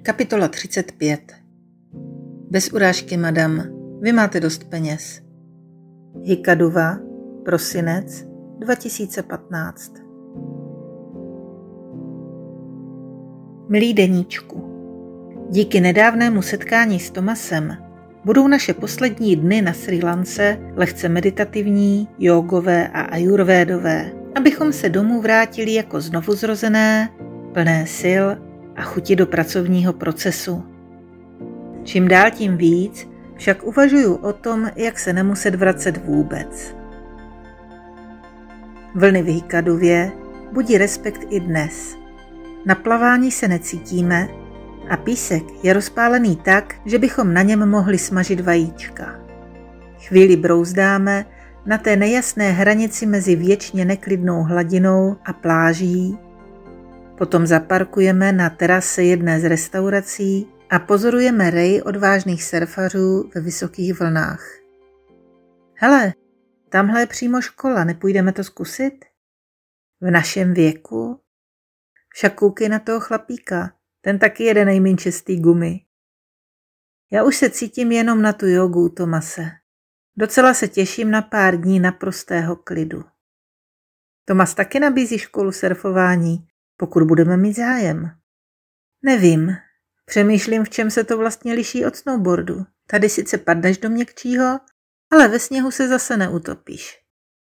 Kapitola 35. Bez urážky, madam, vy máte dost peněz. Hikaduva, prosinec 2015. Milý deníčku, díky nedávnému setkání s Tomasem budou naše poslední dny na Srí Lance lehce meditativní, jógové a ajurvédové, abychom se domů vrátili jako znovuzrozené, plné sil a chuti do pracovního procesu. Čím dál tím víc však uvažuju o tom, jak se nemuset vracet vůbec. Vlny v Hikaduvě budí respekt i dnes. Na plavání se necítíme a písek je rozpálený tak, že bychom na něm mohli smažit vajíčka. Chvíli brouzdáme na té nejasné hranici mezi věčně neklidnou hladinou a pláží. Potom zaparkujeme na terase jedné z restaurací a pozorujeme rej odvážných surfařů ve vysokých vlnách. Hele, tamhle je přímo škola, nepůjdeme to zkusit? V našem věku? Však koukej na toho chlapíka, ten taky jede nejméně z té gumy. Já už se cítím jenom na tu jogu, Tomase. Docela se těším na pár dní naprostého klidu. Tomas taky nabízí školu surfování, pokud budeme mít zájem. Nevím, přemýšlím, v čem se to vlastně liší od snowboardu. Tady sice padneš do měkčího, ale ve sněhu se zase neutopíš.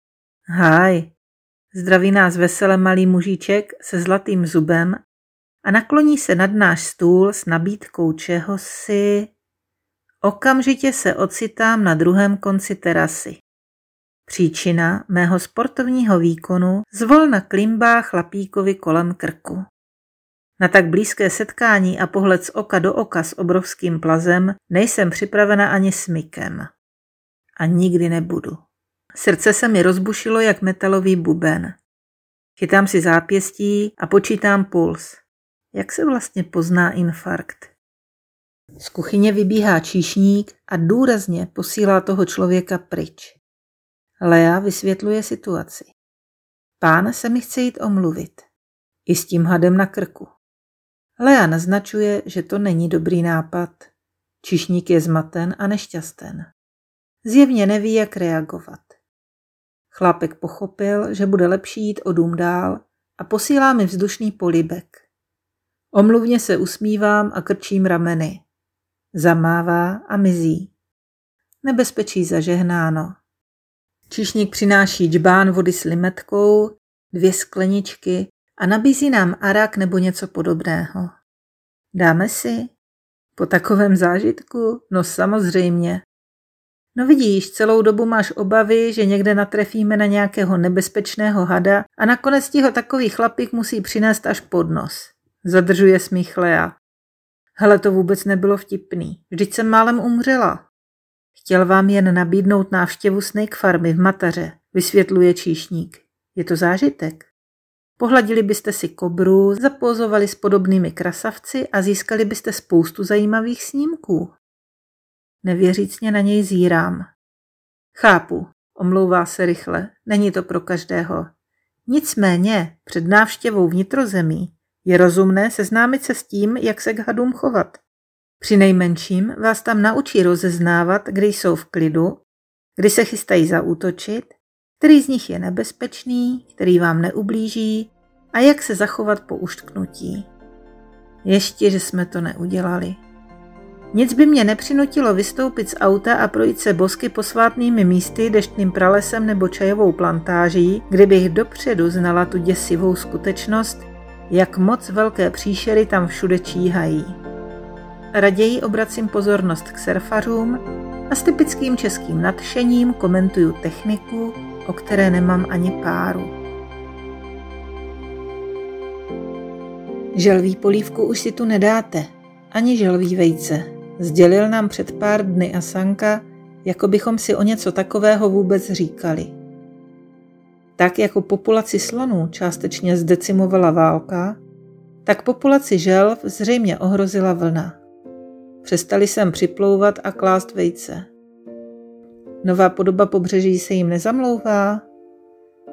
Háj, zdraví nás vesele malý mužíček se zlatým zubem a nakloní se nad náš stůl s nabídkou čehosi. Okamžitě se ocitám na druhém konci terasy. Příčina mého sportovního výkonu zvolna klimbá chlapíkovi kolem krku. Na tak blízké setkání a pohled z oka do oka s obrovským plazem nejsem připravena ani smykem. A nikdy nebudu. Srdce se mi rozbušilo jak metalový buben. Chytám si zápěstí a počítám puls. Jak se vlastně pozná infarkt? Z kuchyně vybíhá číšník a důrazně posílá toho člověka pryč. Lea vysvětluje situaci. Pán se mi chce jít omluvit. I s tím hadem na krku. Lea naznačuje, že to není dobrý nápad. Číšník je zmaten a nešťasten. Zjevně neví, jak reagovat. Chlápek pochopil, že bude lepší jít o dům dál a posílá mi vzdušný polibek. Omluvně se usmívám a krčím rameny. Zamává a mizí. Nebezpečí zažehnáno. Číšník přináší džbán vody s limetkou, 2 skleničky a nabízí nám arak nebo něco podobného. Dáme si? Po takovém zážitku? No samozřejmě. No vidíš, celou dobu máš obavy, že někde natrefíme na nějakého nebezpečného hada a nakonec ti ho takový chlapík musí přinést až pod nos. Zadržuje smích Lea. Hele, to vůbec nebylo vtipný. Vždyť jsem málem umřela. Chtěl vám jen nabídnout návštěvu Snake Farmy v Mataře, vysvětluje číšník. Je to zážitek. Pohladili byste si kobru, zapózovali s podobnými krasavci a získali byste spoustu zajímavých snímků. Nevěřícně na něj zírám. Chápu, omlouvá se rychle, není to pro každého. Nicméně, před návštěvou vnitrozemí je rozumné seznámit se s tím, jak se k hadům chovat. Přinejmenším vás tam naučí rozeznávat, kdy jsou v klidu, kdy se chystají zaútočit, který z nich je nebezpečný, který vám neublíží a jak se zachovat po uštknutí. Ještě, že jsme to neudělali. Nic by mě nepřinutilo vystoupit z auta a projít se bosky posvátnými místy, deštným pralesem nebo čajovou plantáží, kdybych dopředu znala tu děsivou skutečnost, jak moc velké příšery tam všude číhají. Raději obracím pozornost k surfařům a s typickým českým nadšením komentuju techniku, o které nemám ani páru. Želví polívku už si tu nedáte, ani želví vejce, sdělil nám před pár dny Asanka, jako bychom si o něco takového vůbec říkali. Tak jako populaci slonů částečně zdecimovala válka, tak populaci želv zřejmě ohrozila vlna. Přestali sem připlouvat a klást vejce. Nová podoba pobřeží se jim nezamlouvá?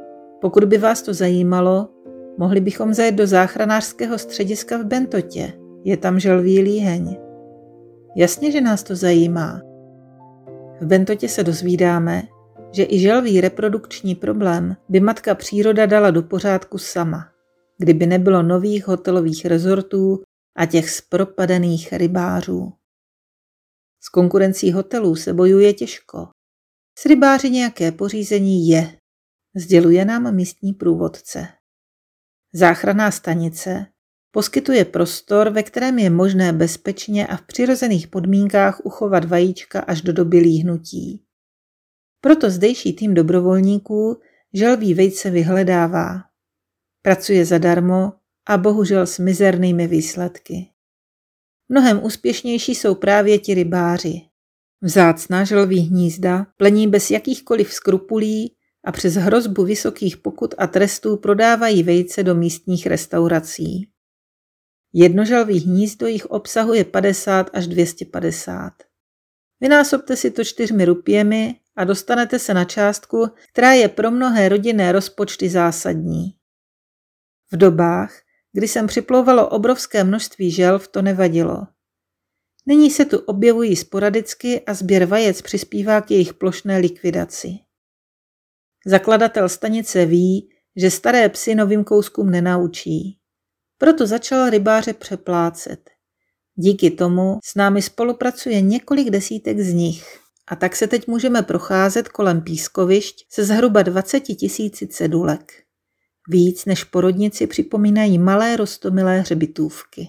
Pokud by vás to zajímalo, mohli bychom zajet do záchranářského střediska v Bentotě. Je tam želví líheň. Jasně, že nás to zajímá. V Bentotě se dozvídáme, že i želví reprodukční problém by matka příroda dala do pořádku sama, kdyby nebylo nových hotelových rezortů a těch zpropadených rybářů. S konkurencí hotelů se bojuje těžko. S rybáři nějaké pořízení je, sděluje nám místní průvodce. Záchranná stanice poskytuje prostor, ve kterém je možné bezpečně a v přirozených podmínkách uchovat vajíčka až do doby líhnutí. Proto zdejší tým dobrovolníků želví vejce vyhledává. Pracuje zadarmo a bohužel s mizernými výsledky. Mnohem úspěšnější jsou právě ti rybáři. Vzácná želví hnízda plení bez jakýchkoliv skrupulí a přes hrozbu vysokých pokut a trestů prodávají vejce do místních restaurací. Jedno želví hnízdo jich obsahuje 50 až 250. Vynásobte si to 4 rupiemi a dostanete se na částku, která je pro mnohé rodinné rozpočty zásadní. V dobách, kdy sem připlouvalo obrovské množství želv, to nevadilo. Nyní se tu objevují sporadicky a sběr vajec přispívá k jejich plošné likvidaci. Zakladatel stanice ví, že staré psy novým kouskům nenaučí. Proto začal rybáře přeplácet. Díky tomu s námi spolupracuje několik desítek z nich a tak se teď můžeme procházet kolem pískovišť se zhruba 20 000 cedulek. Víc než porodnici připomínají malé roztomilé hřbitůvky.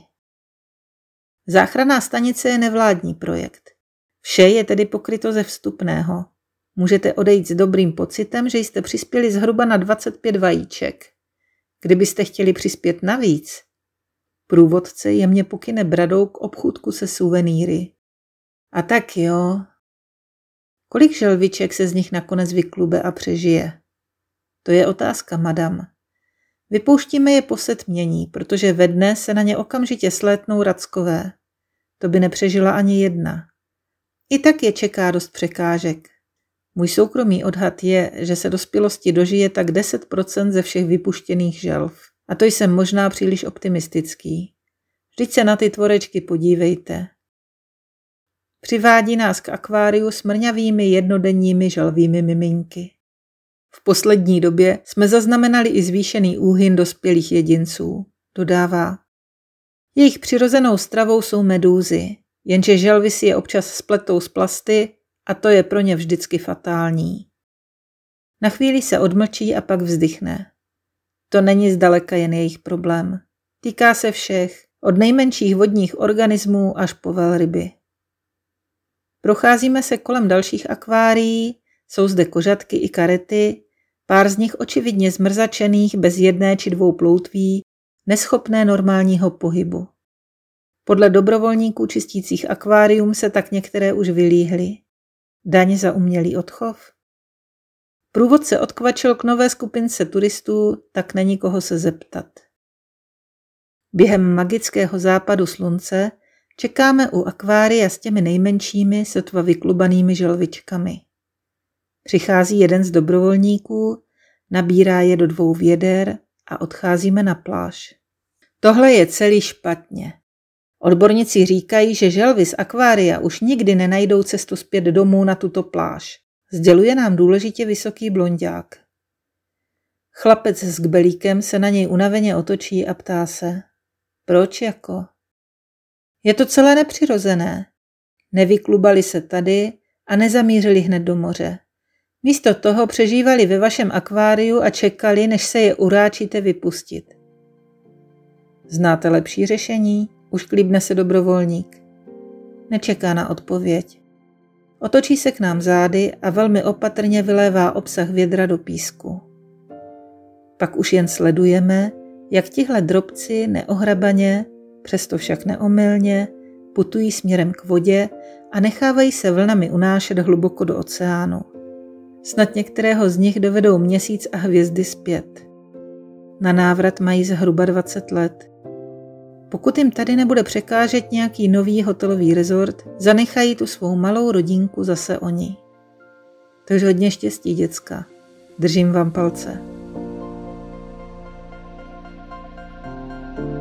Záchranná stanice je nevládní projekt. Vše je tedy pokryto ze vstupného. Můžete odejít s dobrým pocitem, že jste přispěli zhruba na 25 vajíček. Kdybyste chtěli přispět navíc, průvodce jemně pokyne bradou k obchůdku se suvenýry. A tak jo. Kolik želviček se z nich nakonec vyklube a přežije? To je otázka, madam. Vypouštíme je po setmění, protože ve dne se na ně okamžitě slétnou rackové. To by nepřežila ani jedna. I tak je čeká dost překážek. Můj soukromý odhad je, že se dospělosti dožije tak 10% ze všech vypuštěných želv. A to jsem možná příliš optimistický. Vždyť se na ty tvorečky podívejte. Přivádí nás k akváriu s mrňavými jednodenními želvými miminky. V poslední době jsme zaznamenali i zvýšený úhyn dospělých jedinců, dodává. Jejich přirozenou stravou jsou medúzy, jenže želvy si je občas spletou z plasty a to je pro ně vždycky fatální. Na chvíli se odmlčí a pak vzdychne. To není zdaleka jen jejich problém. Týká se všech, od nejmenších vodních organismů až po velryby. Procházíme se kolem dalších akvárií, jsou zde kožatky i karety, pár z nich očividně zmrzačených bez 1 či 2 ploutví, neschopné normálního pohybu. Podle dobrovolníků čistících akvárium se tak některé už vylíhly. Daň za umělý odchov? Průvodce odkvačil k nové skupince turistů, tak není koho se zeptat. Během magického západu slunce čekáme u akvária s těmi nejmenšími sotva vyklubanými želvičkami. Přichází jeden z dobrovolníků, nabírá je do 2 věder a odcházíme na pláž. Tohle je celý špatně. Odborníci říkají, že želvy z akvária už nikdy nenajdou cestu zpět domů na tuto pláž. Sděluje nám důležitě vysoký blonďák. Chlapec s kbelíkem se na něj unaveně otočí a ptá se. Proč jako? Je to celé nepřirozené. Nevyklubali se tady a nezamířili hned do moře. Místo toho přežívali ve vašem akváriu a čekali, než se je uráčíte vypustit. Znáte lepší řešení? Ušklíbne se dobrovolník. Nečeká na odpověď. Otočí se k nám zády a velmi opatrně vylévá obsah vědra do písku. Pak už jen sledujeme, jak tihle drobci neohrabaně, přesto však neomylně, putují směrem k vodě a nechávají se vlnami unášet hluboko do oceánu. Snad některého z nich dovedou Měsíc a hvězdy zpět. Na návrat mají zhruba 20 let. Pokud jim tady nebude překážet nějaký nový hotelový rezort, zanechají tu svou malou rodinku zase oni. Takže hodně štěstí, děcka. Držím vám palce.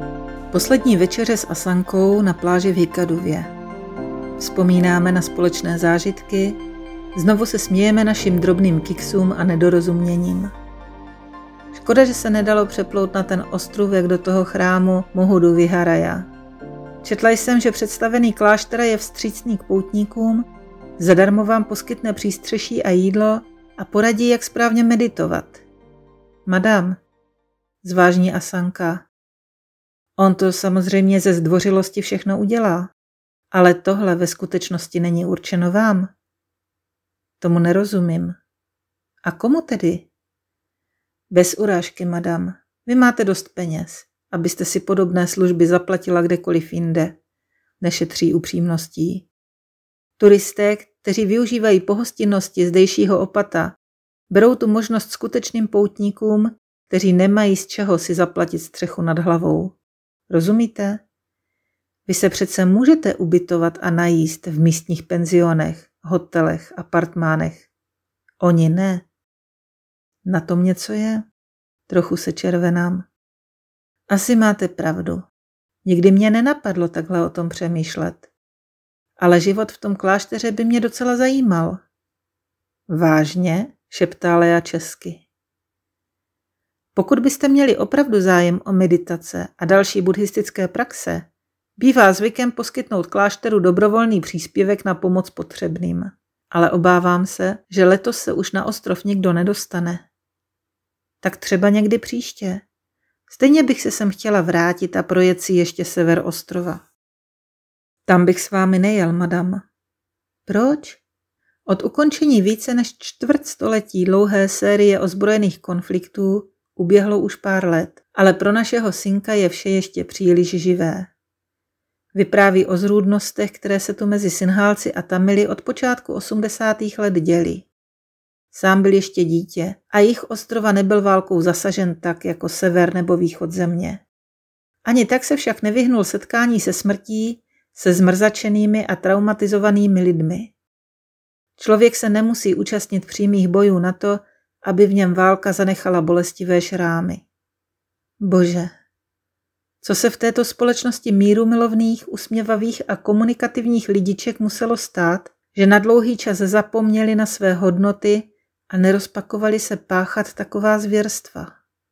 Poslední večeře s Asankou na pláži v Hikaduvě. Vzpomínáme na společné zážitky, znovu se smějeme našim drobným kiksům a nedorozuměním. Škoda, že se nedalo přeplout na ten ostrůvek do toho chrámu Muhudu Viharaja. Četla jsem, že představený klášter je vstřícný k poutníkům, zadarmo vám poskytne přístřeší a jídlo a poradí, jak správně meditovat. Madam, zvážní Asanka. On to samozřejmě ze zdvořilosti všechno udělá, ale tohle ve skutečnosti není určeno vám. Tomu nerozumím. A komu tedy? Bez urážky, madam. Vy máte dost peněz, abyste si podobné služby zaplatila kdekoliv jinde. Nešetří upřímností. Turisté, kteří využívají pohostinnosti zdejšího opata, berou tu možnost skutečným poutníkům, kteří nemají z čeho si zaplatit střechu nad hlavou. Rozumíte? Vy se přece můžete ubytovat a najíst v místních penzionech, hotelech, apartmánech. Oni ne. Na tom něco je? Trochu se červenám. Asi máte pravdu. Nikdy mě nenapadlo takhle o tom přemýšlet. Ale život v tom klášteře by mě docela zajímal. Vážně? Šeptá Lea česky. Pokud byste měli opravdu zájem o meditace a další buddhistické praxe, bývá zvykem poskytnout klášteru dobrovolný příspěvek na pomoc potřebným. Ale obávám se, že letos se už na ostrov nikdo nedostane. Tak třeba někdy příště. Stejně bych se sem chtěla vrátit a projet si ještě sever ostrova. Tam bych s vámi nejel, madam. Proč? Od ukončení více než čtvrtstoletí dlouhé série ozbrojených konfliktů uběhlo už pár let, ale pro našeho synka je vše ještě příliš živé. Vypráví o zrůdnostech, které se tu mezi Sinhálci a Tamily od počátku 80. let děly. Sám byl ještě dítě a jih ostrova nebyl válkou zasažen tak jako sever nebo východ země. Ani tak se však nevyhnul setkání se smrtí, se zmrzačenými a traumatizovanými lidmi. Člověk se nemusí účastnit přímých bojů na to, aby v něm válka zanechala bolestivé šrámy. Bože, co se v této společnosti mírumilovných, usměvavých a komunikativních lidiček muselo stát, že na dlouhý čas zapomněli na své hodnoty a nerozpakovali se páchat taková zvěrstva?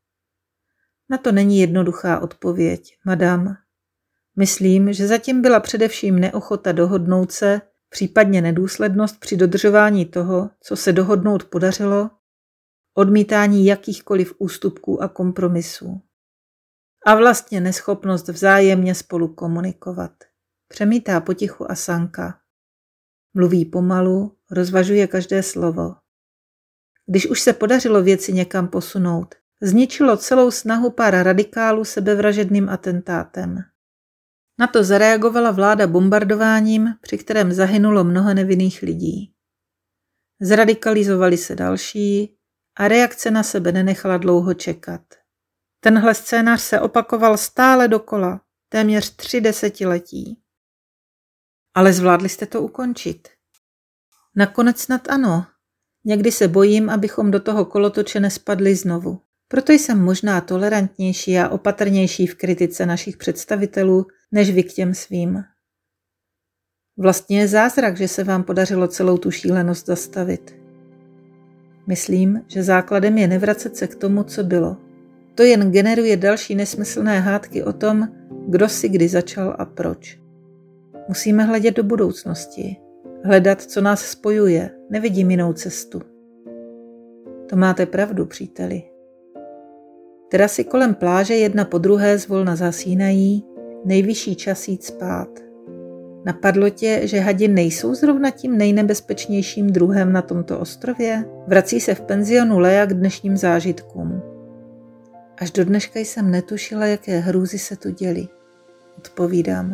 Na to není jednoduchá odpověď, madam. Myslím, že zatím byla především neochota dohodnout se, případně nedůslednost při dodržování toho, co se dohodnout podařilo, odmítání jakýchkoliv ústupků a kompromisů. A vlastně neschopnost vzájemně spolu komunikovat. Přemítá potichu Asanka. Mluví pomalu, rozvažuje každé slovo. Když už se podařilo věci někam posunout, zničilo celou snahu pár radikálů sebevražedným atentátem. Na to zareagovala vláda bombardováním, při kterém zahynulo mnoho nevinných lidí. Zradikalizovali se další a reakce na sebe nenechala dlouho čekat. Tenhle scénář se opakoval stále dokola, téměř 3 desetiletí. Ale zvládli jste to ukončit. Nakonec snad ano. Někdy se bojím, abychom do toho kolotoče nespadli znovu. Proto jsem možná tolerantnější a opatrnější v kritice našich představitelů, než vy k těm svým. Vlastně je zázrak, že se vám podařilo celou tu šílenost zastavit. Myslím, že základem je nevracet se k tomu, co bylo. To jen generuje další nesmyslné hádky o tom, kdo si kdy začal a proč. Musíme hledět do budoucnosti. Hledat, co nás spojuje. Nevidím jinou cestu. To máte pravdu, příteli. Terasy kolem pláže jedna po druhé zvolna zasínají, nejvyšší čas jít spát. Napadlo tě, že hadi nejsou zrovna tím nejnebezpečnějším druhem na tomto ostrově? Vrací se v penzionu Lea k dnešním zážitkům. Až do dneška jsem netušila, jaké hrůzy se tu děly. Odpovídám.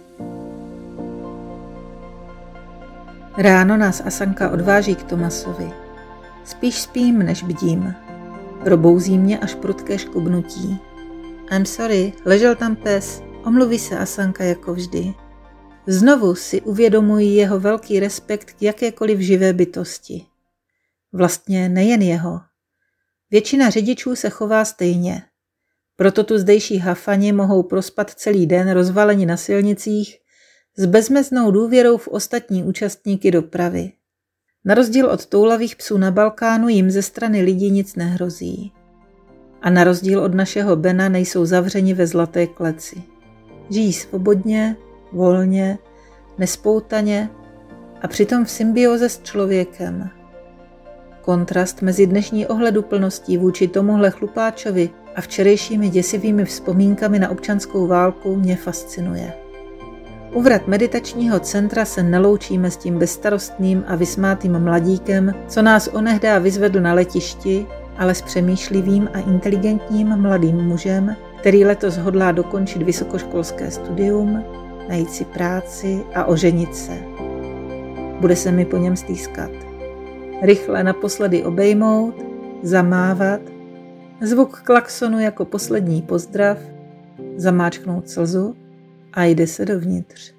Ráno nás Asanka odváží k Tomasovi. Spíš spím, než bdím. Probouzí mě až prudké škubnutí. I'm sorry, ležel tam pes, omluví se Asanka jako vždy. Znovu si uvědomuji jeho velký respekt k jakékoliv živé bytosti. Vlastně nejen jeho. Většina řidičů se chová stejně. Proto tu zdejší hafani mohou prospat celý den rozvaleni na silnicích s bezmeznou důvěrou v ostatní účastníky dopravy. Na rozdíl od toulavých psů na Balkánu jim ze strany lidí nic nehrozí. A na rozdíl od našeho Bena nejsou zavřeni ve zlaté kleci. Žijí svobodně, volně, nespoutaně a přitom v symbioze s člověkem. Kontrast mezi dnešní ohleduplností vůči tomuhle chlupáčovi a včerejšími děsivými vzpomínkami na občanskou válku mě fascinuje. U vrat meditačního centra se neloučíme s tím bezstarostným a vysmátým mladíkem, co nás onehdá vyzvedl na letišti, ale s přemýšlivým a inteligentním mladým mužem, který letos hodlá dokončit vysokoškolské studium, najít si práci a oženit se. Bude se mi po něm stýskat. Rychle naposledy obejmout, zamávat, zvuk klaxonu jako poslední pozdrav, zamáčknout slzu a jde se dovnitř.